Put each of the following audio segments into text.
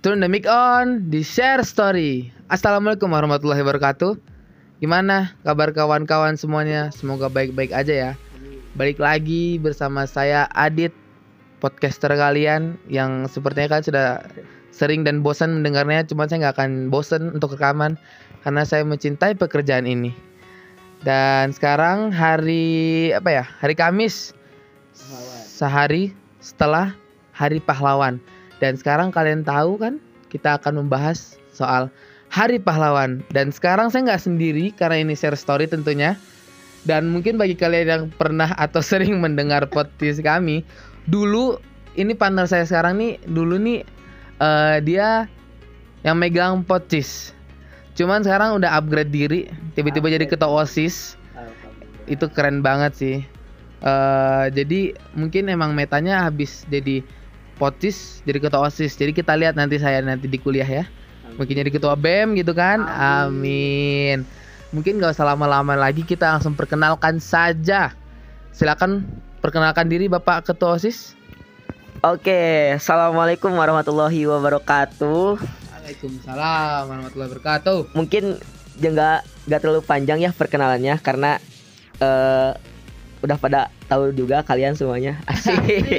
Turn the mic on di Share Story. Assalamualaikum warahmatullahi wabarakatuh. Gimana kabar kawan-kawan semuanya? Semoga baik-baik aja ya. Balik lagi bersama saya Adit, podcaster kalian yang sepertinya kan sudah sering dan bosan mendengarnya. Cuman saya gak akan bosan untuk rekaman karena saya mencintai pekerjaan ini. Dan sekarang hari Kamis, sehari setelah Hari Pahlawan. Dan sekarang kalian tahu kan, kita akan membahas soal Hari Pahlawan. Dan sekarang saya nggak sendiri karena ini Share Story tentunya. Dan mungkin bagi kalian yang pernah atau sering mendengar podcast kami, dulu ini partner saya sekarang nih, dulu nih dia yang megang podcast. Cuman sekarang udah upgrade diri, tiba-tiba jadi ketua OSIS. Itu keren banget sih. Jadi mungkin emang metanya habis jadi potis jadi ketua OSIS. Jadi kita lihat nanti saya di kuliah ya. Mungkin jadi ketua BEM gitu kan. Amin. Mungkin gak usah lama-lama lagi, kita langsung perkenalkan saja. Silakan perkenalkan diri Bapak Ketua OSIS. Oke, assalamualaikum warahmatullahi wabarakatuh. Waalaikumsalam warahmatullahi wabarakatuh. Mungkin gak terlalu panjang ya perkenalannya karena udah pada tahu juga kalian semuanya. Asik.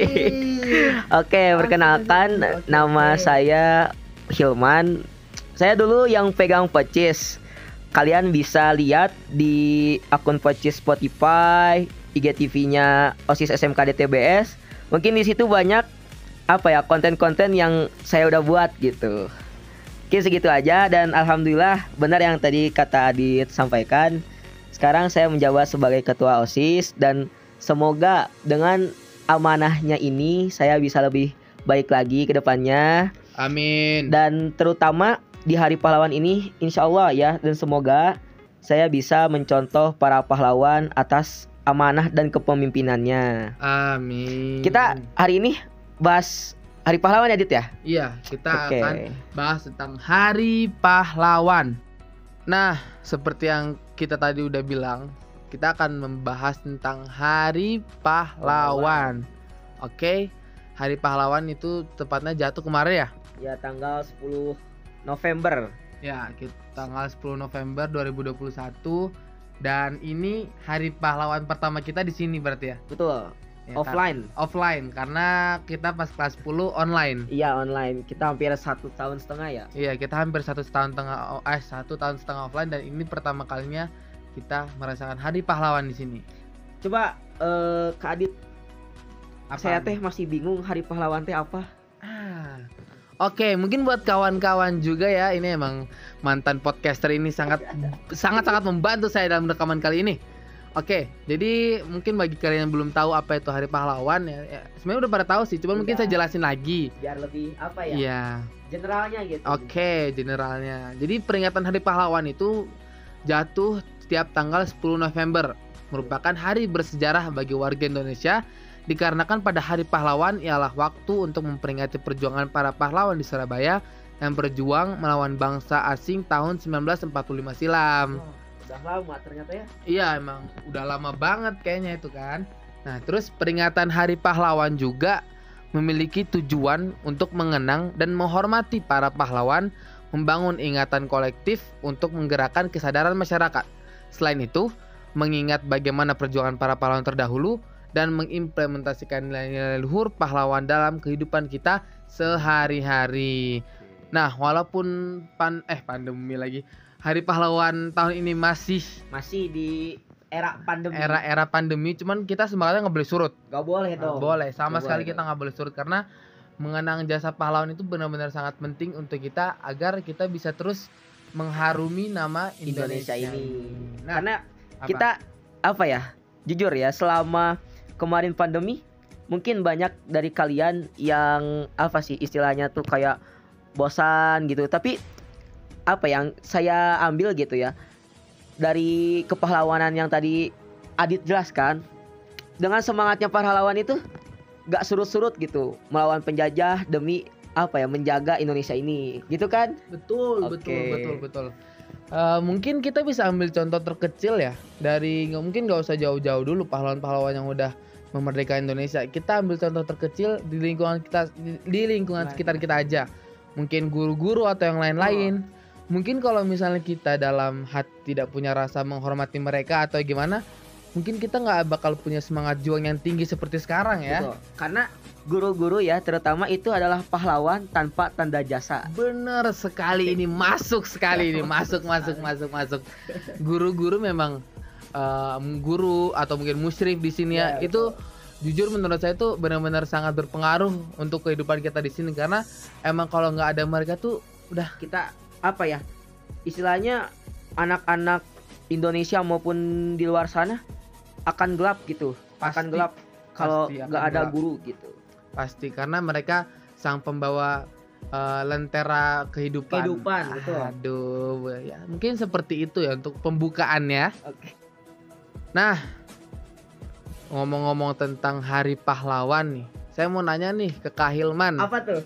Oke, perkenalkan, nama saya Hilman. Saya dulu yang pegang podcast. Kalian bisa lihat di akun podcast Spotify, IGTV-nya OSIS SMK DTBS. Mungkin di situ banyak konten-konten yang saya udah buat gitu. Oke, segitu aja, dan alhamdulillah benar yang tadi kata Adit sampaikan. Sekarang saya menjabat sebagai ketua OSIS dan semoga dengan amanahnya ini saya bisa lebih baik lagi ke depannya. Amin. Dan terutama di Hari Pahlawan ini insya Allah ya, dan semoga saya bisa mencontoh para pahlawan atas amanah dan kepemimpinannya. Amin. Kita hari ini bahas Hari Pahlawan ya, Dit ya? Iya, kita akan bahas tentang Hari Pahlawan. Nah, seperti yang kita tadi udah bilang, kita akan membahas tentang Hari Pahlawan. Oke, Hari Pahlawan itu tepatnya jatuh kemarin ya? Ya, tanggal 10 November. Ya, tanggal 10 November 2021. Dan ini Hari Pahlawan pertama kita di sini berarti ya? Betul. Ya, offline karena kita pas kelas 10 online. Iya, online. Kita hampir 1,5 tahun ya. Iya, kita hampir 1 tahun setengah offline, dan ini pertama kalinya kita merasakan Hari Pahlawan di sini. Coba Kak Adit, saya teh masih bingung Hari Pahlawan teh apa? Oke, mungkin buat kawan-kawan juga ya, ini emang mantan podcaster ini sangat membantu saya dalam rekaman kali ini. Oke, jadi mungkin bagi kalian yang belum tahu apa itu Hari Pahlawan ya sebenarnya udah pada tahu sih, cuman mungkin saya jelasin lagi biar lebih Iya. Generalnya gitu. Oke, generalnya. Jadi peringatan Hari Pahlawan itu jatuh setiap tanggal 10 November, merupakan hari bersejarah bagi warga Indonesia dikarenakan pada Hari Pahlawan ialah waktu untuk memperingati perjuangan para pahlawan di Surabaya yang berjuang melawan bangsa asing tahun 1945 silam. Udah lama ternyata ya. Iya, emang udah lama banget kayaknya itu kan. Nah, terus peringatan Hari Pahlawan juga memiliki tujuan untuk mengenang dan menghormati para pahlawan, membangun ingatan kolektif untuk menggerakkan kesadaran masyarakat. Selain itu, mengingat bagaimana perjuangan para pahlawan terdahulu dan mengimplementasikan nilai-nilai luhur pahlawan dalam kehidupan kita sehari-hari. Nah, walaupun pandemi lagi, Hari Pahlawan tahun ini masih di era pandemi, cuman kita semangatnya nggak boleh surut. Gak boleh dong. Boleh, sama sekali kita nggak boleh surut karena mengenang jasa pahlawan itu benar-benar sangat penting untuk kita agar kita bisa terus mengharumi nama Indonesia ini. Nah, karena kita jujur ya, selama kemarin pandemi mungkin banyak dari kalian yang istilahnya tuh kayak bosan gitu. Tapi yang saya ambil gitu ya dari kepahlawanan yang tadi Adit jelaskan, dengan semangatnya pahlawan itu gak surut-surut gitu melawan penjajah demi menjaga Indonesia ini gitu kan? Betul. Mungkin kita bisa ambil contoh terkecil ya, dari mungkin gak usah jauh-jauh dulu pahlawan-pahlawan yang udah memerdekakan Indonesia. Kita ambil contoh terkecil di lingkungan sekitar kita aja. mungkin guru-guru atau yang lain-lain. Mungkin kalau misalnya kita dalam hati tidak punya rasa menghormati mereka atau gimana, mungkin kita nggak bakal punya semangat juang yang tinggi seperti sekarang ya. Betul. Karena guru-guru ya terutama itu adalah pahlawan tanpa tanda jasa. Bener sekali ini, masuk sekali ini, masuk. Guru-guru memang guru atau mungkin musyrif di sini ya, itu jujur menurut saya itu benar-benar sangat berpengaruh untuk kehidupan kita di sini, karena emang kalau nggak ada mereka tuh udah Kita apa ya? Istilahnya anak-anak Indonesia maupun di luar sana akan gelap gitu. Akan gelap kalau pasti akan nggak ada gelap. guru gitu. Pasti, karena mereka sang pembawa lentera kehidupan. Betul. Aduh, ya mungkin seperti itu ya untuk pembukaannya. Oke. Nah, ngomong-ngomong tentang Hari Pahlawan nih, saya mau nanya nih ke Kak Hilman. Apa tuh?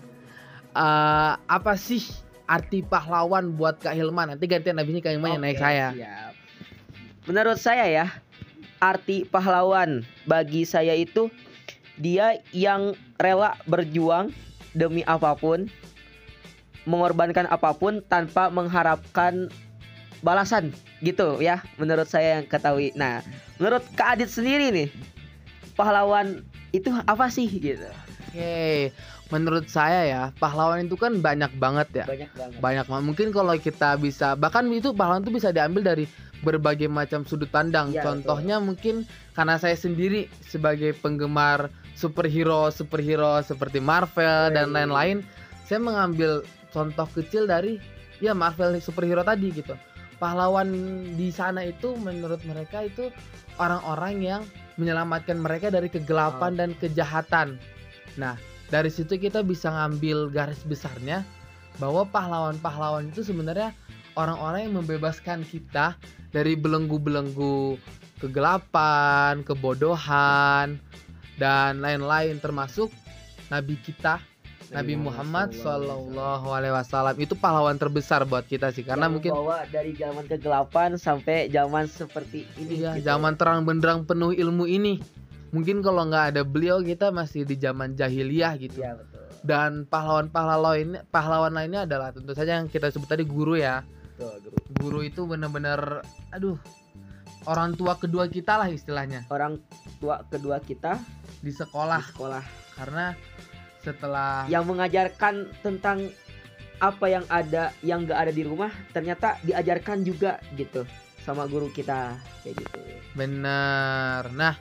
Apa sih arti pahlawan buat Kak Hilman? Nanti gantian abisnya Kak Hilman yang naik saya. Siap. Menurut saya ya, arti pahlawan bagi saya itu dia yang rela berjuang demi apapun, mengorbankan apapun tanpa mengharapkan balasan gitu ya, menurut saya yang ketahui. Nah, menurut Kak Adit sendiri nih, pahlawan itu apa sih gitu? Oke, menurut saya ya, pahlawan itu kan banyak banget ya. Banyak banget. Mungkin kalau kita bisa, bahkan itu pahlawan itu bisa diambil dari berbagai macam sudut pandang. Ya, Contohnya mungkin karena saya sendiri sebagai penggemar superhero seperti Marvel dan lain-lain, saya mengambil contoh kecil dari ya Marvel superhero tadi gitu. Pahlawan di sana itu menurut mereka itu orang-orang yang menyelamatkan mereka dari kegelapan dan kejahatan. Nah, dari situ kita bisa ngambil garis besarnya bahwa pahlawan-pahlawan itu sebenarnya orang-orang yang membebaskan kita dari belenggu-belenggu kegelapan, kebodohan, dan lain-lain, termasuk Nabi kita, Nabi Muhammad SAW. Itu pahlawan terbesar buat kita sih, karena mungkin bawa dari zaman kegelapan sampai zaman seperti ini. iya, gitu. zaman terang benderang penuh ilmu ini. Mungkin kalau nggak ada beliau kita masih di zaman jahiliyah gitu. Iya, betul. Dan pahlawan lainnya adalah tentu saja yang kita sebut tadi guru ya. Betul, Guru itu benar-benar orang tua kedua kita lah istilahnya orang tua kedua kita di di sekolah. sekolah Karena setelah yang mengajarkan tentang apa yang ada yang nggak ada di rumah ternyata diajarkan juga gitu sama guru kita kayak gitu. benar. Nah,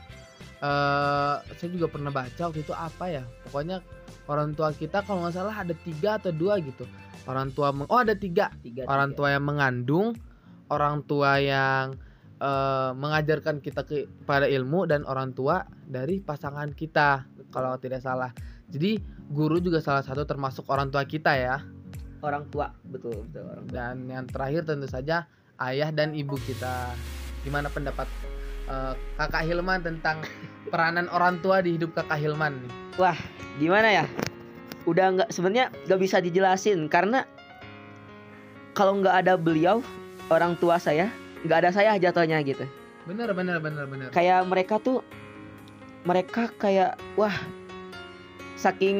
saya juga pernah baca waktu itu apa ya, pokoknya orang tua kita kalau nggak salah ada 3 atau 2 gitu. Orang tua ada 3. Orang tua yang mengandung, orang tua yang mengajarkan kita kepada ilmu, dan orang tua dari pasangan kita kalau tidak salah. Jadi guru juga salah satu termasuk orang tua kita ya. Orang tua, betul orang tua. Dan yang terakhir tentu saja ayah dan ibu kita. Gimana pendapat Kakak Hilman tentang peranan orang tua di hidup Kakak Hilman nih? Wah, gimana ya? Udah sebenarnya nggak bisa dijelasin karena kalau nggak ada beliau, orang tua saya, nggak ada saya jatuhnya gitu. Bener. Kayak mereka kayak wah, saking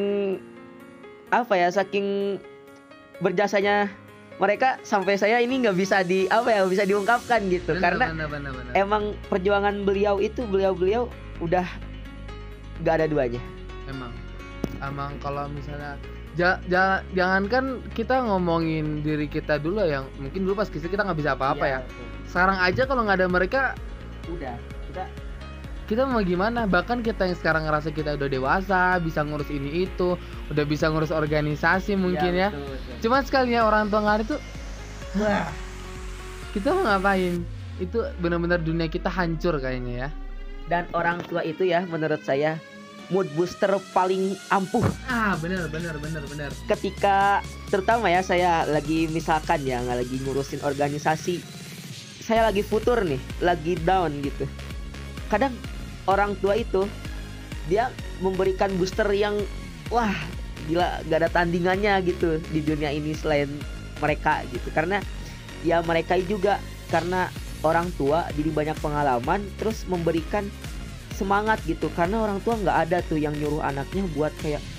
berjasanya mereka sampai saya ini nggak bisa bisa diungkapkan gitu. Karena bener. emang perjuangan beliau udah nggak ada duanya. Emang kalau misalnya jangankan kita ngomongin diri kita dulu yang mungkin dulu pas kita nggak bisa apa-apa ya. Betul. Sekarang aja kalau nggak ada mereka Udah kita mau gimana? Bahkan kita yang sekarang ngerasa kita udah dewasa, bisa ngurus ini itu, udah bisa ngurus organisasi mungkin ya. Betul. Cuma sekalinya orang tua nggak ada tuh, wah, kita mau ngapain? Itu benar-benar dunia kita hancur kayaknya ya. Dan orang tua itu ya menurut saya mood booster paling ampuh. Bener. Ketika terutama ya saya lagi misalkan ya nggak lagi ngurusin organisasi, saya lagi futur nih, lagi down gitu. Kadang orang tua itu dia memberikan booster yang wah gila, gak ada tandingannya gitu di dunia ini selain mereka gitu. Karena ya mereka juga karena orang tua jadi banyak pengalaman terus memberikan semangat gitu. Karena orang tua nggak ada tuh yang nyuruh anaknya buat kayak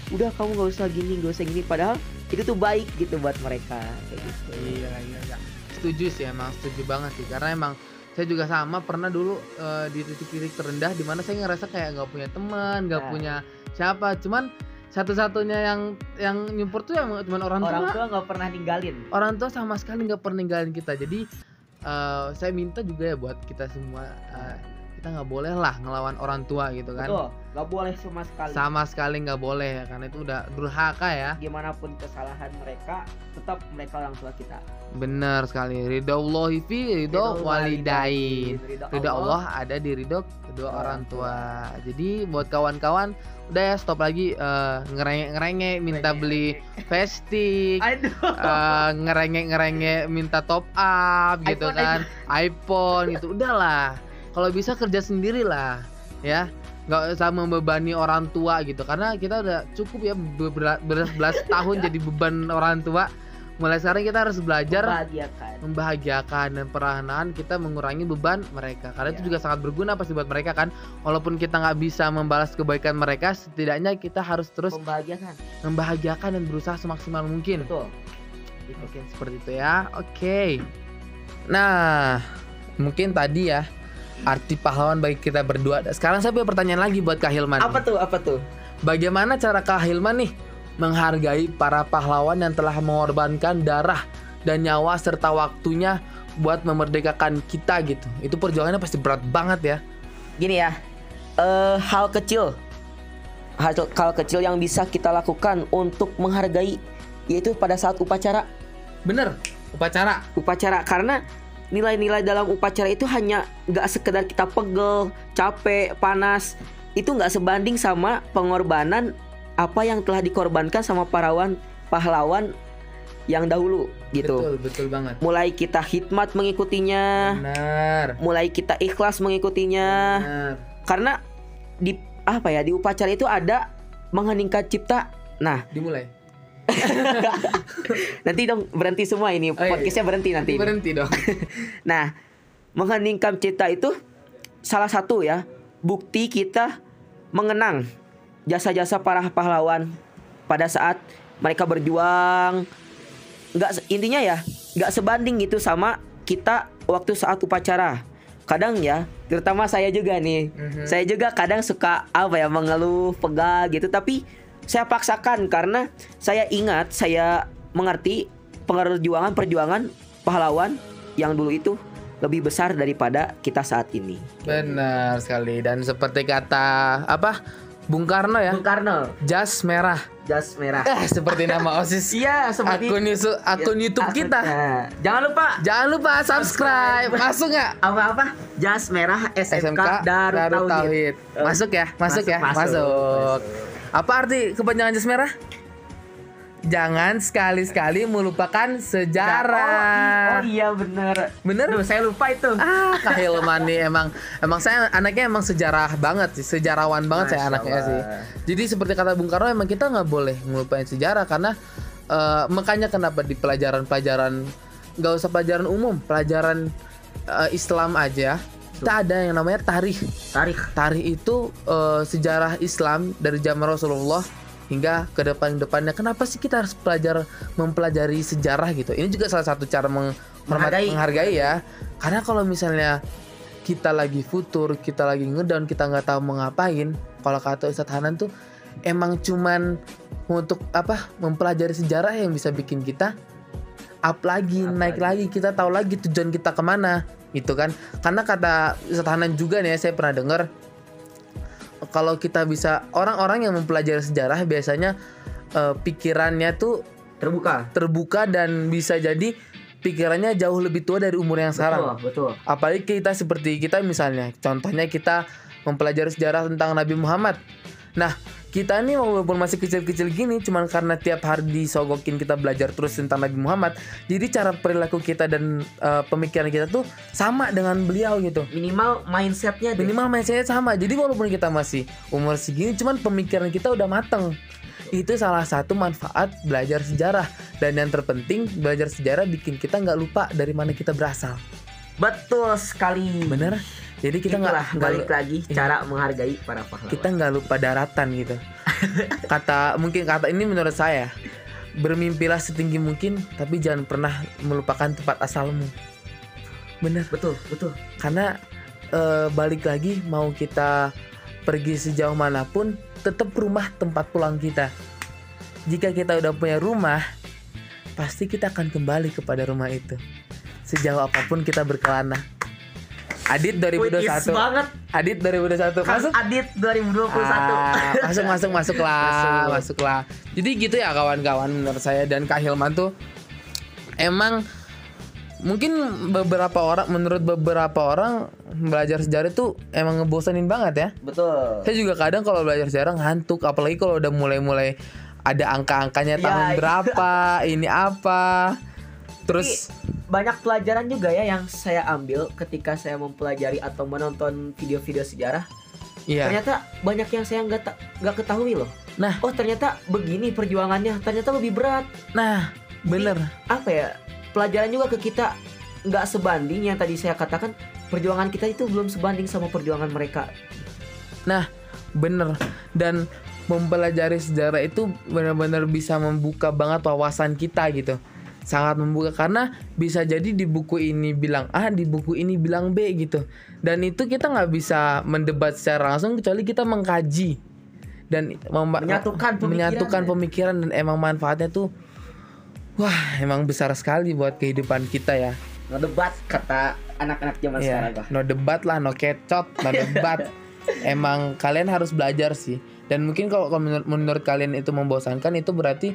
udah kamu nggak usah gini, padahal itu tuh baik gitu buat mereka kayak gitu. Iya. Setuju sih, emang setuju banget sih, karena emang saya juga sama pernah dulu di titik-titik terendah di mana saya ngerasa kayak nggak punya teman, nggak punya siapa, cuman satu-satunya yang nyupport tuh emang cuman orang tua nggak pernah ninggalin. Orang tua sama sekali nggak pernah ninggalin kita. Jadi saya minta juga ya buat kita semua, kita nggak boleh lah ngelawan orang tua gitu kan. Betul, nggak boleh sama sekali Nggak boleh ya, karena itu udah durhaka ya. Gimana pun kesalahan mereka, tetap mereka orang tua kita. Bener sekali. Ridhollahi fi ridho walidain. Ridho Allah ada di ridho kedua orang tua. Jadi buat kawan-kawan, udah ya stop lagi ngerengek minta beli Festik, ngerengek minta top up gitu kan, iPhone gitu. Udahlah, kalau bisa kerja sendiri lah ya, nggak usah membebani orang tua gitu, karena kita udah cukup ya belas tahun jadi beban orang tua. Mulai sekarang kita harus belajar membahagiakan dan perlahan kita mengurangi beban mereka, karena itu juga sangat berguna pasti buat mereka kan. Walaupun kita nggak bisa membalas kebaikan mereka, setidaknya kita harus terus membahagiakan dan berusaha semaksimal mungkin. Betul. Oke, seperti itu ya. Oke. Nah, mungkin tadi ya arti pahlawan bagi kita berdua. Sekarang saya punya pertanyaan lagi buat Kak Hilman. Apa tuh? Bagaimana cara Kak Hilman nih menghargai para pahlawan yang telah mengorbankan darah dan nyawa serta waktunya buat memerdekakan kita gitu? Itu perjuangannya pasti berat banget ya. Gini ya, hal kecil yang bisa kita lakukan untuk menghargai, yaitu pada saat upacara. Bener, upacara. Karena nilai-nilai dalam upacara itu hanya nggak sekedar kita pegel, capek, panas. Itu nggak sebanding sama pengorbanan apa yang telah dikorbankan sama pahlawan yang dahulu gitu. Betul banget. Mulai kita khidmat mengikutinya. Benar. Mulai kita ikhlas mengikutinya. Benar. Karena di upacara itu ada mengheningkan cipta. Nah, dimulai. Nanti dong berhenti semua ini. Podcastnya berhenti nanti. Berhenti dong. Nah, mengheningkan cipta itu salah satu ya bukti kita mengenang jasa-jasa para pahlawan pada saat mereka berjuang. Nggak sebanding gitu sama kita waktu saat upacara. Kadang ya, terutama saya juga nih, saya juga kadang suka mengeluh, pegal gitu. Tapi saya paksakan karena saya ingat, saya mengerti perjuangan pahlawan yang dulu itu lebih besar daripada kita saat ini. Benar sekali. Dan seperti kata Bung Karno ya. Jas merah. Seperti nama OSIS. Iya, seperti akun YouTube kita. Jangan lupa subscribe. Masuk nggak? Apa? Jas merah SMK Darut Tauhid. Masuk ya. Apa arti kepanjangan jas merah? Jangan sekali-sekali melupakan sejarah. Oh iya bener. Duh, saya lupa itu. Kak Hilman nih emang saya anaknya emang sejarah banget sih, sejarawan banget. Masya saya anaknya Allah. Sih. Jadi seperti kata Bung Karno, emang kita nggak boleh ngelupain sejarah, karena makanya kenapa di pelajaran nggak usah pelajaran umum, pelajaran Islam aja kita ada yang namanya tarikh. Tarikh itu sejarah Islam dari zaman Rasulullah hingga ke depannya. Kenapa sih kita harus mempelajari sejarah gitu? Ini juga salah satu cara menghargai ya. Karena kalau misalnya kita lagi futur, kita lagi ngedown, kita nggak tahu mau ngapain, kalau kata Ustadz Hanan tuh emang cuman untuk mempelajari sejarah yang bisa bikin kita naik lagi, kita tahu lagi tujuan kita kemana gitu kan. Karena kata Ustadz Hanan juga nih, saya pernah dengar, kalau kita bisa, orang-orang yang mempelajari sejarah biasanya pikirannya tuh terbuka dan bisa jadi pikirannya jauh lebih tua dari umur yang sekarang. Betul. Apalagi seperti kita misalnya, contohnya kita mempelajari sejarah tentang Nabi Muhammad. Nah, kita ini walaupun masih kecil-kecil gini, cuman karena tiap hari disogokin kita belajar terus tentang Nabi Muhammad, jadi cara perilaku kita dan pemikiran kita tuh sama dengan beliau gitu. Minimal mindsetnya sama. Jadi walaupun kita masih umur segini, cuman pemikiran kita udah mateng. Itu salah satu manfaat belajar sejarah. Dan yang terpenting, belajar sejarah bikin kita nggak lupa dari mana kita berasal. Betul sekali. Bener. Jadi kita Itulah nggak balik lagi iya. cara menghargai para pahlawan. Kita nggak lupa daratan gitu. Mungkin kata ini menurut saya, bermimpilah setinggi mungkin, tapi jangan pernah melupakan tempat asalmu. Bener. Betul. Karena balik lagi, mau kita pergi sejauh manapun, tetap rumah tempat pulang kita. Jika kita udah punya rumah, pasti kita akan kembali kepada rumah itu. Sejauh apapun kita berkelana. Adit 2021. banget. Adit 2021. Masuk. Adit 2021. Masuklah. Jadi gitu ya kawan-kawan, menurut saya. Dan Kak Hilman tuh emang mungkin menurut beberapa orang belajar sejarah itu emang ngebosenin banget ya. Betul. Saya juga kadang kalau belajar sejarah ngantuk, apalagi kalau udah mulai ada angka-angkanya tahun berapa, ini apa. Terus banyak pelajaran juga ya yang saya ambil ketika saya mempelajari atau menonton video-video sejarah. iya. Ternyata banyak yang saya nggak ketahui loh. Nah, Oh ternyata begini perjuangannya, ternyata lebih berat. nah, bener. Apa ya, pelajaran juga ke kita nggak sebanding yang tadi saya katakan, perjuangan kita itu belum sebanding sama perjuangan mereka. Nah, bener. Dan mempelajari sejarah itu benar-benar bisa membuka banget wawasan kita gitu. Sangat membuka, karena bisa jadi di buku ini bilang A, di buku ini bilang B gitu. Dan itu kita nggak bisa mendebat secara langsung kecuali kita mengkaji dan menyatukan pemikiran. Dan emang manfaatnya tuh wah, emang besar sekali buat kehidupan kita ya. Ngedebat kata anak-anak zaman sekarang bah. No debat lah, no kecot, no debat. Emang kalian harus belajar sih. Dan mungkin kalau menurut kalian itu membosankan, itu berarti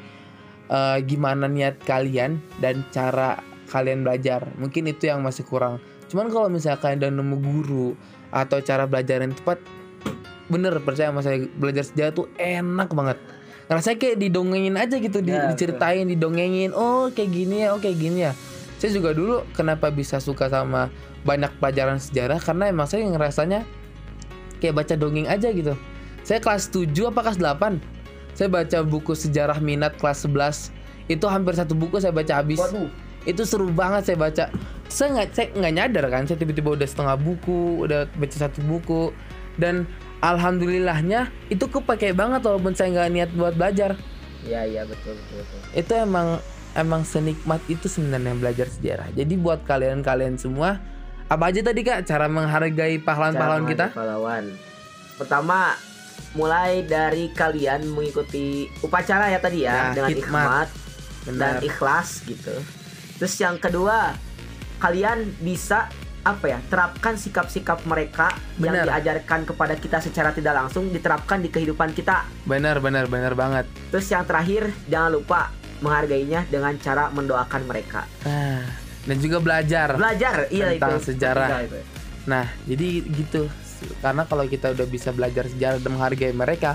gimana niat kalian dan cara kalian belajar. Mungkin itu yang masih kurang. Cuman kalau misalnya kalian udah nemu guru atau cara belajar yang tepat, bener, percaya sama saya, belajar sejarah tuh enak banget. Rasanya kayak didongengin aja gitu, diceritain, didongengin. Oh kayak gini ya, oh kayak gini ya. Saya juga dulu kenapa bisa suka sama banyak pelajaran sejarah, karena emang saya ngerasanya kayak baca dongeng aja gitu. Saya kelas 7 apa kelas 8, saya baca buku sejarah minat kelas 11. Itu hampir satu buku saya baca habis. Waduh. Itu seru banget saya baca. Saya nggak nyadar kan, saya tiba-tiba udah setengah buku, udah baca satu buku. Dan alhamdulillahnya itu kepake banget walaupun saya nggak niat buat belajar. Iya betul. Itu emang senikmat itu sebenarnya belajar sejarah. Jadi buat kalian semua, apa aja tadi Kak cara menghargai pahlawan-pahlawan kita? Pahlawan. Pertama, mulai dari kalian mengikuti upacara ya tadi ya, dengan hikmat dan ikhlas gitu. Terus yang kedua, kalian bisa terapkan sikap-sikap mereka yang diajarkan kepada kita secara tidak langsung, diterapkan di kehidupan kita. Benar banget. Terus yang terakhir, jangan lupa menghargainya dengan cara mendoakan mereka. Dan juga belajar tentang itu sejarah. itu. Nah, jadi gitu. Karena kalau kita udah bisa belajar sejarah dan menghargai mereka,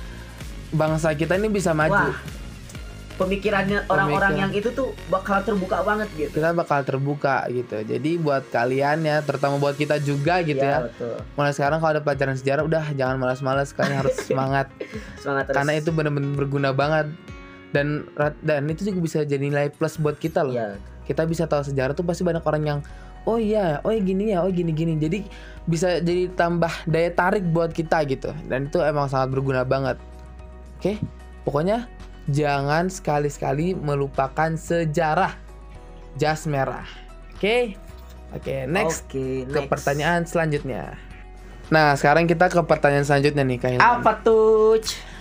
bangsa kita ini bisa maju. Wah, pemikirannya orang-orang yang itu tuh bakal terbuka banget gitu. Kita bakal terbuka gitu. Jadi buat kalian ya, terutama buat kita juga gitu ya. Betul. Mulai sekarang kalau ada pelajaran sejarah, udah jangan malas-malas, kalian harus semangat. Semangat terus. Karena itu benar-benar berguna banget. Dan itu juga bisa jadi nilai plus buat kita loh. Iya. Kita bisa tahu sejarah tuh pasti banyak orang yang oh gini ya, oh gini. Jadi bisa jadi tambah daya tarik buat kita gitu. Dan itu emang sangat berguna banget. Oke, pokoknya jangan sekali-sekali melupakan sejarah jas merah. Oke, next ke pertanyaan selanjutnya. Nah, sekarang kita ke pertanyaan selanjutnya nih Kak Hilman. Apa tuh?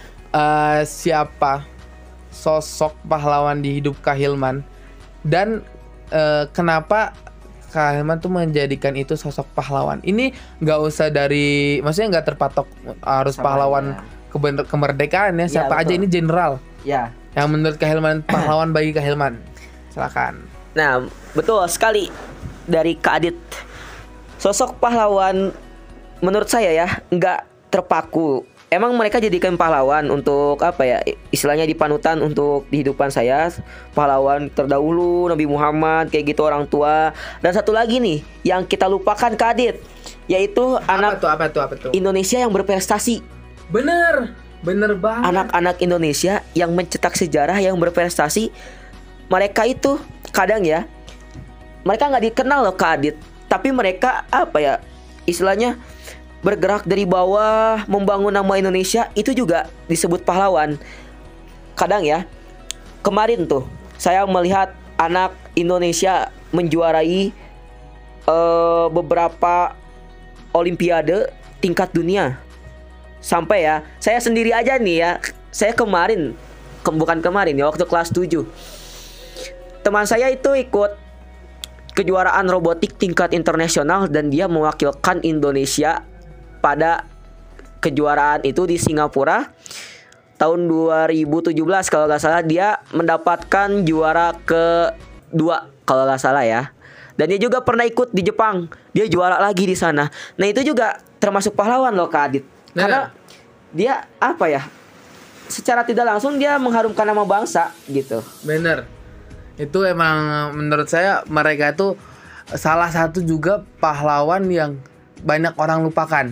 Siapa sosok pahlawan di hidup Kak Hilman? Dan kenapa Kak Hilman tuh menjadikan itu sosok pahlawan? Ini nggak usah maksudnya nggak terpatok harus sama pahlawan kemerdekaan ya. Siapa aja, ini general. Ya. Yang menurut Kak Hilman pahlawan bagi Kak Hilman. Silakan. Nah, betul sekali dari Kak Adit. Sosok pahlawan menurut saya ya nggak terpaku. Emang mereka jadikan pahlawan untuk istilahnya dipanutan untuk kehidupan saya. Pahlawan terdahulu Nabi Muhammad kayak gitu, orang tua. Dan satu lagi nih yang kita lupakan Kak Adit, yaitu apa tuh? Indonesia yang berprestasi. Bener banget. Anak-anak Indonesia yang mencetak sejarah, yang berprestasi. Mereka itu kadang ya, mereka nggak dikenal loh Kak Adit, tapi mereka istilahnya bergerak dari bawah membangun nama Indonesia, itu juga disebut pahlawan. Kadang ya, kemarin tuh saya melihat anak Indonesia menjuarai beberapa olimpiade tingkat dunia. Sampai ya, saya sendiri aja nih ya, saya bukan kemarin ya, waktu kelas 7 teman saya itu ikut kejuaraan robotik tingkat internasional dan dia mewakilkan Indonesia pada kejuaraan itu di Singapura tahun 2017 kalau nggak salah. Dia mendapatkan juara kedua kalau nggak salah ya. Dan dia juga pernah ikut di Jepang, dia juara lagi di sana. Nah itu juga termasuk pahlawan loh Kak Adit. Karena dia apa ya, secara tidak langsung dia mengharumkan nama bangsa gitu. Bener. Itu emang menurut saya mereka itu salah satu juga pahlawan yang banyak orang lupakan.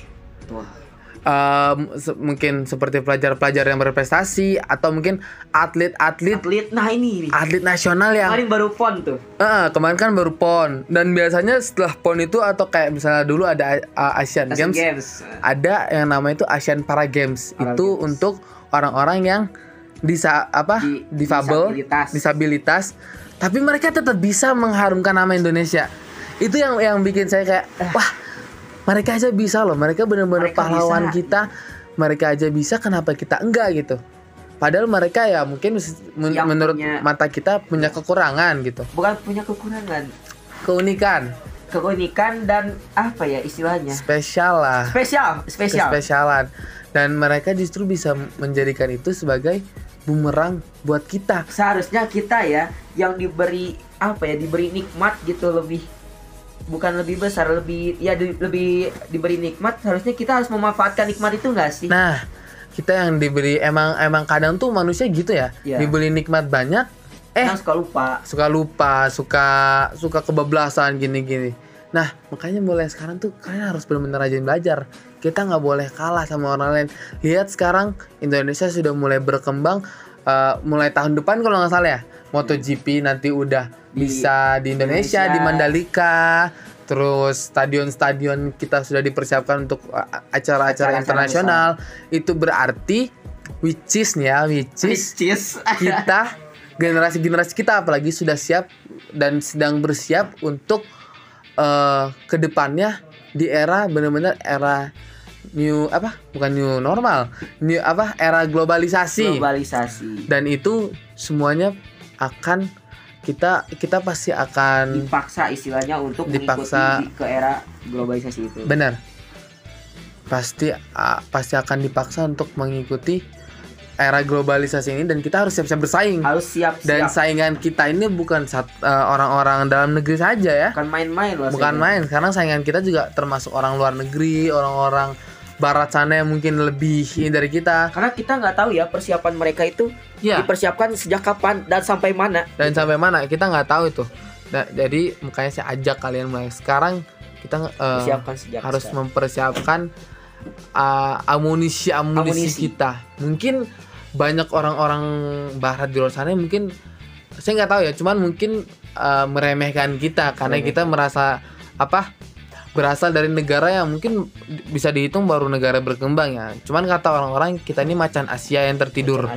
Mungkin seperti pelajar-pelajar yang berprestasi atau mungkin atlet nasional yang kemarin baru PON tuh. Kemarin kan baru PON, dan biasanya setelah PON itu atau kayak misalnya dulu ada Asian Games, ada yang namanya itu Asian Para Games. Itu untuk orang-orang yang disabilitas, tapi mereka tetap bisa mengharumkan nama Indonesia. Itu yang bikin saya kayak wah, mereka aja bisa loh, mereka benar-benar pahlawan kita. Mereka aja bisa, kenapa kita enggak gitu? Padahal mereka ya mungkin menurut mata kita punya kekurangan gitu. Bukan punya kekurangan, keunikan dan apa ya istilahnya? Spesialan. Dan mereka justru bisa menjadikan itu sebagai bumerang buat kita. Seharusnya kita ya yang diberi nikmat gitu, bukan lebih besar, lebih diberi nikmat, harusnya kita harus memanfaatkan nikmat itu nggak sih? Nah, kita yang diberi emang kadang tuh manusia gitu ya. Diberi nikmat banyak, suka lupa, suka kebablasan gini. Nah, makanya mulai sekarang tuh kalian harus benar-benar rajin belajar. Kita nggak boleh kalah sama orang lain. Lihat sekarang Indonesia sudah mulai berkembang. Mulai tahun depan kalau nggak salah ya, MotoGP nanti udah bisa di Indonesia, di Mandalika. Terus stadion-stadion kita sudah dipersiapkan untuk acara-acara internasional. Itu berarti which is kita generasi kita apalagi sudah siap dan sedang bersiap untuk kedepannya di era benar-benar era era globalisasi. Dan itu semuanya akan kita pasti akan dipaksa istilahnya untuk mengikuti ke era globalisasi itu. Benar. Pasti akan dipaksa untuk mengikuti era globalisasi ini, dan kita harus siap-siap bersaing. Harus siap. Dan saingan kita ini bukan orang-orang dalam negeri saja ya. Bukan main-main loh. Bukan main. Karena saingan kita juga termasuk orang luar negeri, orang-orang barat sana yang mungkin lebih dari kita. Karena kita nggak tahu ya persiapan mereka itu dipersiapkan sejak kapan dan sampai mana. Sampai mana kita nggak tahu itu. Jadi makanya saya ajak kalian mulai sekarang kita harus mempersiapkan amunisi kita. Mungkin banyak orang-orang barat di luar sana mungkin saya nggak tahu ya, cuman mungkin meremehkan kita karena kita merasa berasal dari negara yang mungkin bisa dihitung baru negara berkembang ya. Cuman kata orang-orang kita ini macan Asia yang tertidur.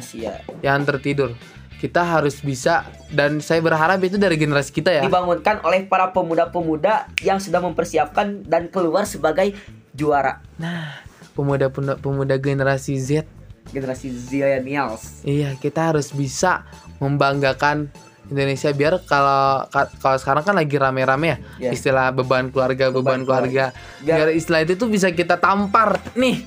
Kita harus bisa, dan saya berharap itu dari generasi kita ya. Dibangunkan oleh para pemuda-pemuda yang sudah mempersiapkan dan keluar sebagai juara. Nah, pemuda generasi Z. Generasi Zillennials. Iya, kita harus bisa membanggakan Indonesia, biar kalau sekarang kan lagi rame-rame ya, istilah beban keluarga. Biar istilah itu tuh bisa kita tampar nih.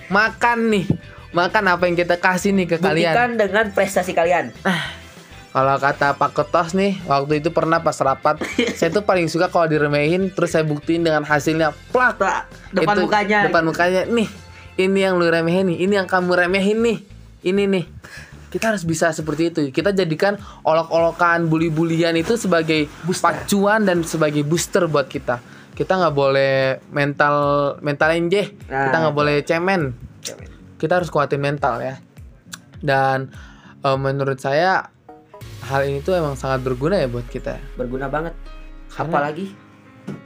Makan apa yang kita kasih nih ke kalian. Buktikan dengan prestasi kalian. Kalau kata Pak Ketos nih, waktu itu pernah pas rapat, saya tuh paling suka kalau diremehin terus saya buktiin dengan hasilnya, plak. Depan mukanya. Nih, ini yang lu remehin nih, ini yang kamu remehin nih. Ini nih. Kita harus bisa seperti itu. Kita jadikan olok-olokan, bully-bulian itu sebagai pacuan dan sebagai booster buat kita. Kita nggak boleh mental enjeh. Kita nggak boleh cemen. Kita harus kuatin mental ya. Dan menurut saya hal ini tuh emang sangat berguna ya buat kita. Berguna banget. Apalagi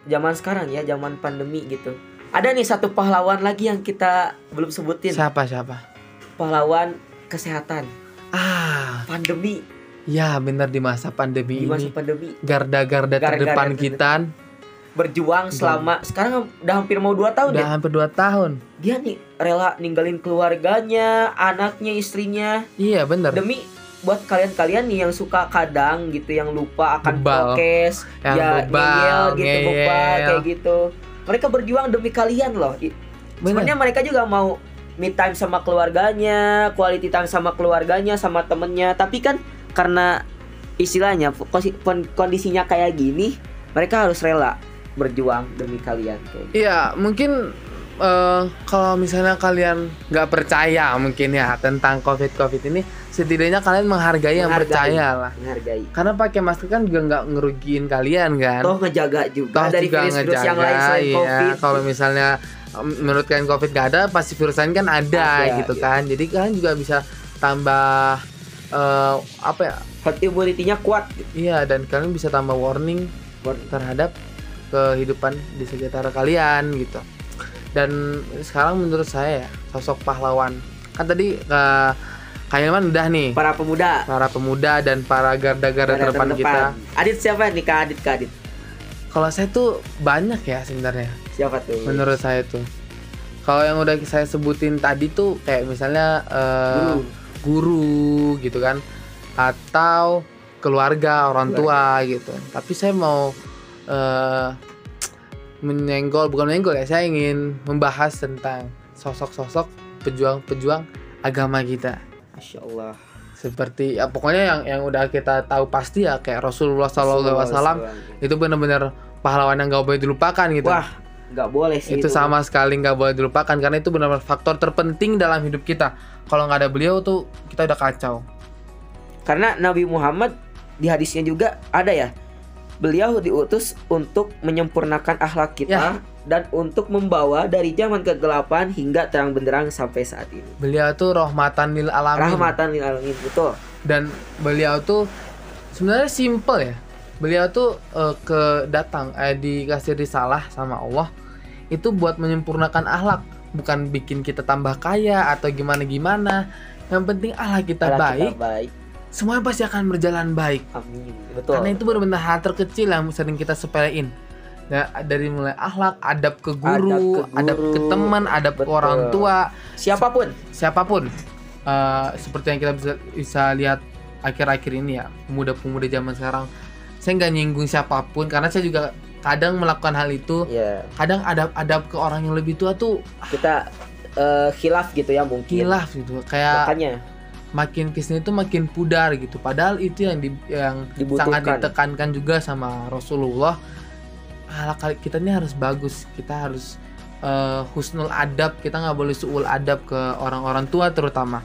zaman sekarang ya, zaman pandemi gitu. Ada nih satu pahlawan lagi yang kita belum sebutin. Siapa? Pahlawan kesehatan. Pandemi. Ya benar, di masa pandemi Di masa ini pandemi garda-garda terdepan kita berjuang selama sekarang udah hampir mau 2 tahun udah ya. hampir 2 tahun. Dia nih rela ninggalin keluarganya, anaknya, istrinya. Iya benar. Demi buat kalian-kalian nih yang suka kadang gitu, yang lupa akan Bebal. prokes, Yang ya bebal, ngeyel gitu, ngeyel. bebal kayak gitu. Mereka berjuang demi kalian loh. Sebenarnya mereka juga mau me time sama keluarganya, quality time sama keluarganya, sama temennya. Tapi kan karena istilahnya kondisinya kayak gini, mereka harus rela berjuang demi kalian kayak gitu. Iya, mungkin kalau misalnya kalian nggak percaya mungkin ya tentang COVID ini, setidaknya kalian menghargai yang percaya lah. Menghargai. Karena pakai masker kan juga nggak ngerugiin kalian kan. Toh ngejaga juga dari juga virus-virus yang lain selain iya. COVID. Kalau misalnya menurut kalian COVID nggak ada, pasti virus lain kan ada gitu iya. kan. Jadi kalian juga bisa tambah apa ya? Herd immunity-nya kuat gitu. Iya, dan kalian bisa tambah warning terhadap kehidupan di sekitar kalian gitu. Dan sekarang menurut saya ya, sosok pahlawan kan tadi Kak Ilman udah nih, Para pemuda dan para garda-garda terdepan kita. Adit siapa nih Kak Adit? Kalau saya tuh banyak ya sebenarnya. Siapa tuh? Menurut saya tuh, kalau yang udah saya sebutin tadi tuh kayak misalnya guru gitu kan, atau keluarga, orang tua gitu. Tapi saya mau bukan menyenggol ya, saya ingin membahas tentang sosok-sosok pejuang agama kita. Masya Allah. Seperti ya pokoknya yang udah kita tahu pasti ya, kayak Rasulullah SAW itu benar-benar pahlawan yang nggak boleh dilupakan gitu. Wah, nggak boleh sih itu sama sekali nggak boleh dilupakan, karena itu benar-benar faktor terpenting dalam hidup kita. Kalau nggak ada beliau tuh kita udah kacau. Karena Nabi Muhammad di hadisnya juga ada ya, beliau diutus untuk menyempurnakan akhlak kita dan untuk membawa dari zaman kegelapan hingga terang benderang sampai saat ini. Beliau tuh rahmatan lil alamin. Rahmatan lil alamin, betul. Dan beliau tuh sebenarnya simple ya. Beliau tuh dikasih risalah sama Allah itu buat menyempurnakan akhlak, bukan bikin kita tambah kaya atau gimana-gimana. Yang penting akhlak kita baik. Semuanya pasti akan berjalan baik. Amin. Betul. Karena itu benar-benar hal terkecil yang sering kita sepelein. Nah, dari mulai akhlak, adab ke guru, adab ke teman, adab ke orang tua, siapapun. Seperti yang kita bisa lihat akhir-akhir ini ya, pemuda-pemuda zaman sekarang. Saya nggak nyinggung siapapun, karena saya juga kadang melakukan hal itu. Kadang adab ke orang yang lebih tua tuh kita khilaf gitu ya, mungkin. Khilaf gitu, kayak makanya makin kesini itu makin pudar gitu. Padahal itu yang sangat ditekankan juga sama Rasulullah. Kita ini harus bagus, kita harus husnul adab, kita nggak boleh suul adab ke orang-orang tua terutama.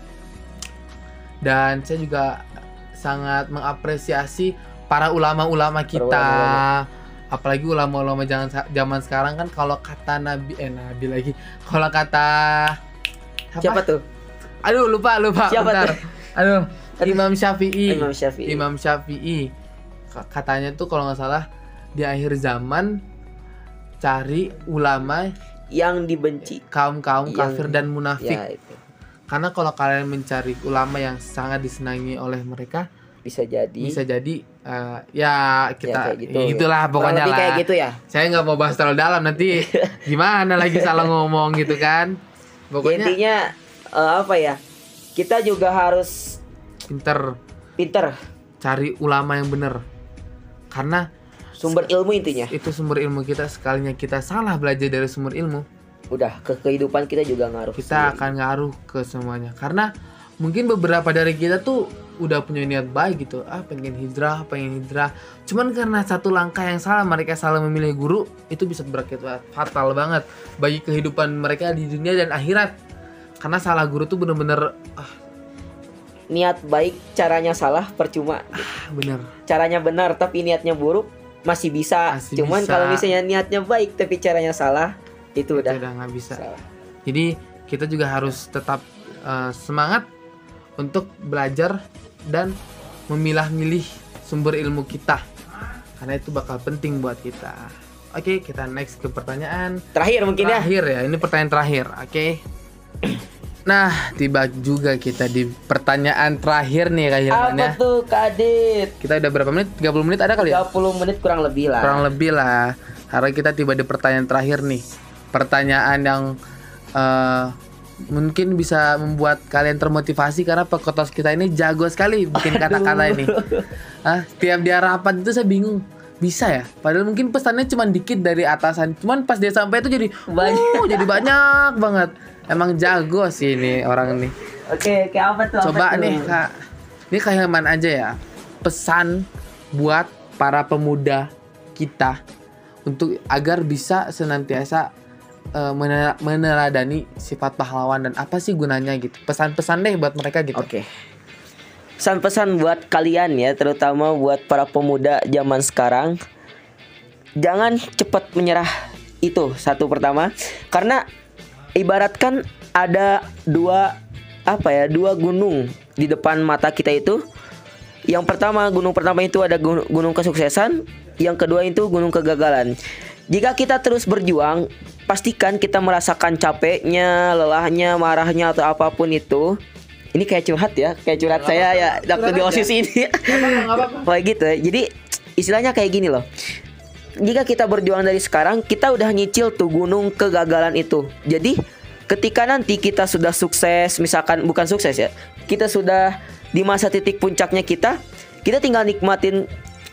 Dan saya juga sangat mengapresiasi para ulama-ulama kita. Apalagi ulama-ulama zaman sekarang kan, kalau kata Nabi lagi. Kalau kata siapa tuh? Aduh lupa. Siapa bentar. Aduh, Imam Syafi'i. Imam Syafi'i. Katanya tuh kalau nggak salah di akhir zaman cari ulama yang dibenci kaum kafir dan munafik. Ya, itu. Karena kalau kalian mencari ulama yang sangat disenangi oleh mereka, bisa jadi ya kita ya, gitu. Gitulah pokoknya lah. Kayak gitu ya. Saya nggak mau bahas terlalu dalam, nanti gimana lagi salah ngomong gitu kan. Pokoknya intinya apa ya? Kita juga harus pinter cari ulama yang bener. Karena sumber ilmu intinya. Itu sumber ilmu kita. Sekalinya kita salah belajar dari sumber ilmu, udah ke kehidupan kita juga ngaruh. Kita akan ngaruh ke semuanya. Karena mungkin beberapa dari kita tuh udah punya niat baik gitu, pengen hijrah. Cuman karena satu langkah yang salah, mereka salah memilih guru, itu bisa berakibat fatal banget bagi kehidupan mereka di dunia dan akhirat. Karena salah guru tuh bener-bener niat baik, caranya salah, percuma. Bener. Caranya benar tapi niatnya buruk, masih bisa. Cuman kalau misalnya niatnya baik tapi caranya salah, itu udah nggak bisa. Salah. Jadi kita juga harus tetap semangat untuk belajar dan memilah-milih sumber ilmu kita, karena itu bakal penting buat kita. Oke, kita next ke pertanyaan Terakhir mungkin terakhir ya. Ini pertanyaan terakhir. Oke. Nah, tiba juga kita di pertanyaan terakhir nih Kak Hilman ya. Apa tuh Kak Adit? Kita udah berapa menit? 30 menit ada kali ya? 30 menit kurang lebih lah. Kurang lebih lah. Karena kita tiba di pertanyaan terakhir nih. Pertanyaan yang mungkin bisa membuat kalian termotivasi karena pekotos kita ini jago sekali bikin kata-kata ini. Setiap dia rapat itu saya bingung. Bisa ya? Padahal mungkin pesannya cuma dikit dari atasan. Cuman pas dia sampai itu jadi banyak, jadi banyak banget. Emang jago sih ini orang nih. Oke, kayak apa tuh? Coba nih Kak. Ini Kak Hilman aja ya. Pesan buat para pemuda kita untuk agar bisa senantiasa meneladani sifat pahlawan dan apa sih gunanya gitu. Pesan-pesan deh buat mereka gitu. Oke. Pesan-pesan buat kalian ya, terutama buat para pemuda zaman sekarang. Jangan cepat menyerah, itu satu pertama. Karena ibaratkan ada dua gunung di depan mata kita itu. Yang pertama, gunung pertama itu ada gunung kesuksesan, yang kedua itu gunung kegagalan. Jika kita terus berjuang, pastikan kita merasakan capeknya, lelahnya, marahnya atau apapun itu. Ini kayak curhat ya, kayak curhat saya ya waktu di OSIS ini. Kayak gitu ya. Jadi istilahnya kayak gini loh. Jika kita berjuang dari sekarang, kita udah nyicil tuh gunung kegagalan itu. Jadi ketika nanti kita sudah sukses, misalkan bukan sukses ya, kita sudah di masa titik puncaknya kita tinggal nikmatin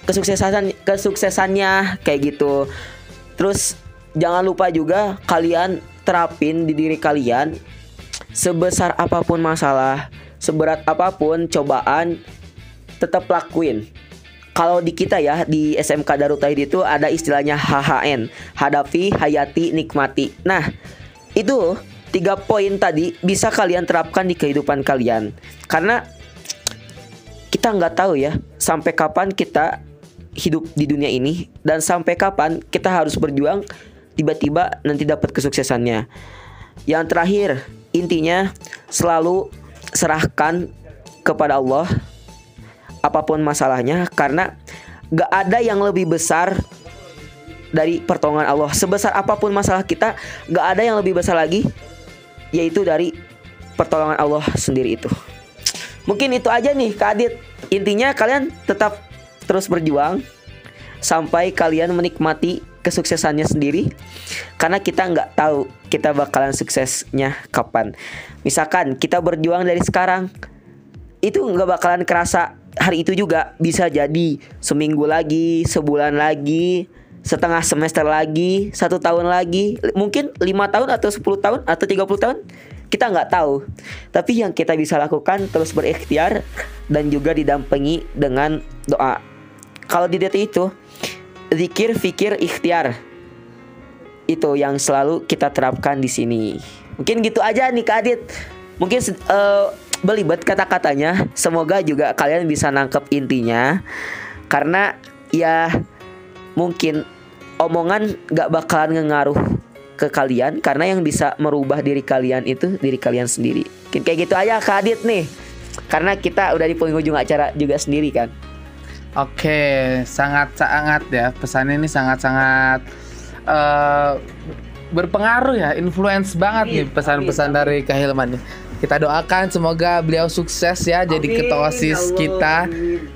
kesuksesannya kayak gitu. Terus jangan lupa juga kalian terapin di diri kalian, sebesar apapun masalah, seberat apapun cobaan, tetap lakuin. Kalau di kita ya, di SMK Darut Tauhid itu ada istilahnya HHN, hadapi, hayati, nikmati. Nah, itu 3 poin tadi bisa kalian terapkan di kehidupan kalian. Karena kita nggak tahu ya sampai kapan kita hidup di dunia ini, dan sampai kapan kita harus berjuang tiba-tiba nanti dapat kesuksesannya. Yang terakhir, intinya selalu serahkan kepada Allah apapun masalahnya, karena gak ada yang lebih besar dari pertolongan Allah. Sebesar apapun masalah kita, gak ada yang lebih besar lagi, yaitu dari pertolongan Allah sendiri itu. Mungkin itu aja nih Kak Adit. Intinya kalian tetap terus berjuang sampai kalian menikmati kesuksesannya sendiri, karena kita nggak tahu kita bakalan suksesnya kapan. Misalkan kita berjuang dari sekarang, itu nggak bakalan kerasa hari itu juga. Bisa jadi seminggu lagi, sebulan lagi, setengah semester lagi, 1 tahun lagi, mungkin 5 tahun atau 10 tahun atau 30 tahun, kita nggak tahu. Tapi yang kita bisa lakukan terus berikhtiar dan juga didampingi dengan doa. Kalau di DT itu zikir, fikir, ikhtiar, itu yang selalu kita terapkan di sini. Mungkin gitu aja nih Kak Adit. Mungkin belibet kata-katanya. Semoga juga kalian bisa nangkep intinya. Karena ya mungkin omongan gak bakalan ngengaruh ke kalian, karena yang bisa merubah diri kalian itu diri kalian sendiri. Mungkin kayak gitu aja Kak Adit nih. Karena kita udah di penghujung acara juga sendiri kan. Oke, sangat-sangat ya. Pesannya ini sangat-sangat berpengaruh ya, influence banget nih pesan-pesan dari Kak Hilman nih. Kita doakan semoga beliau sukses ya, jadi ketua OSIS kita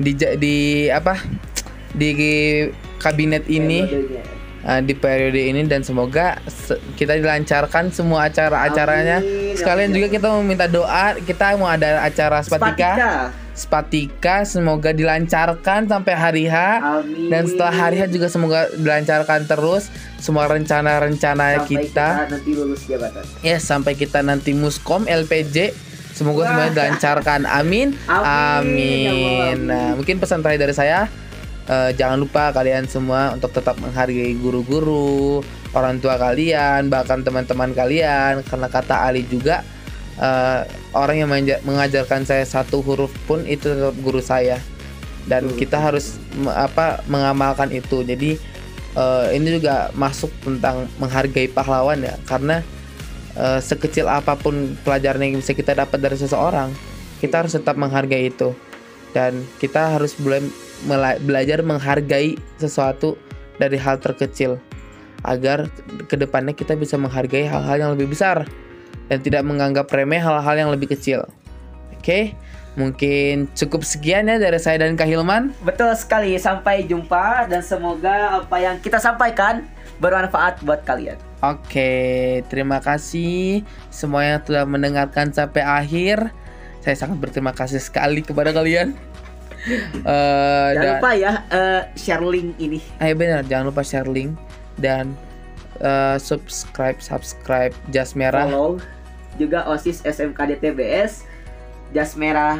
di kabinet ini, di periode ini, dan semoga kita dilancarkan semua acara-acaranya. Sekalian juga kita mau minta doa, kita mau ada acara Spatika, semoga dilancarkan sampai hari H. Amin. Dan setelah hari H juga semoga dilancarkan terus semua rencana-rencana kita nanti lulus jabatan. Ya, sampai kita nanti Muskom LPJ, semoga semuanya dilancarkan. Amin. Amin. Nah, mungkin pesan terakhir dari saya, jangan lupa kalian semua untuk tetap menghargai guru-guru, orang tua kalian, bahkan teman-teman kalian, karena kata Ali juga, orang yang mengajarkan saya 1 huruf pun itu tetap guru saya, dan kita harus mengamalkan itu. Jadi ini juga masuk tentang menghargai pahlawan ya, karena sekecil apapun pelajaran yang bisa kita dapat dari seseorang, kita harus tetap menghargai itu, dan kita harus belajar menghargai sesuatu dari hal terkecil. agar kedepannya kita bisa menghargai hal-hal yang lebih besar dan tidak menganggap remeh hal-hal yang lebih kecil. Oke, mungkin cukup sekian ya dari saya dan Kak Hilman. Betul sekali, sampai jumpa dan semoga apa yang kita sampaikan bermanfaat buat kalian. Oke, terima kasih semua yang telah mendengarkan sampai akhir. Saya sangat berterima kasih sekali kepada kalian. Jangan lupa ya share link ini. Ayo benar, jangan lupa share link dan subscribe Jas Merah. Follow juga OSIS SMKDTBS, Jas Merah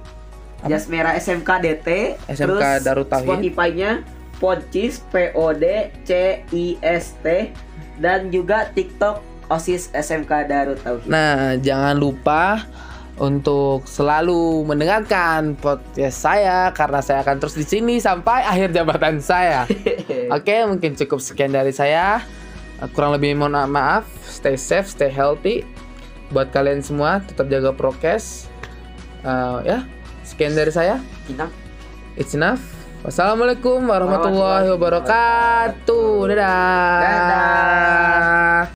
SMKDT, SMK terus Darut Tauhid. Spotify-nya Podcis PODCIST dan juga TikTok OSIS SMK Darut Tauhid. Nah, jangan lupa untuk selalu mendengarkan podcast saya karena saya akan terus di sini sampai akhir jabatan saya. Oke, mungkin cukup sekian dari saya. Kurang lebih mohon maaf. Stay safe, stay healthy. Buat kalian semua tetap jaga prokes. Ya, sekian dari saya. It's enough. Wassalamualaikum warahmatullahi wabarakatuh. Dadah.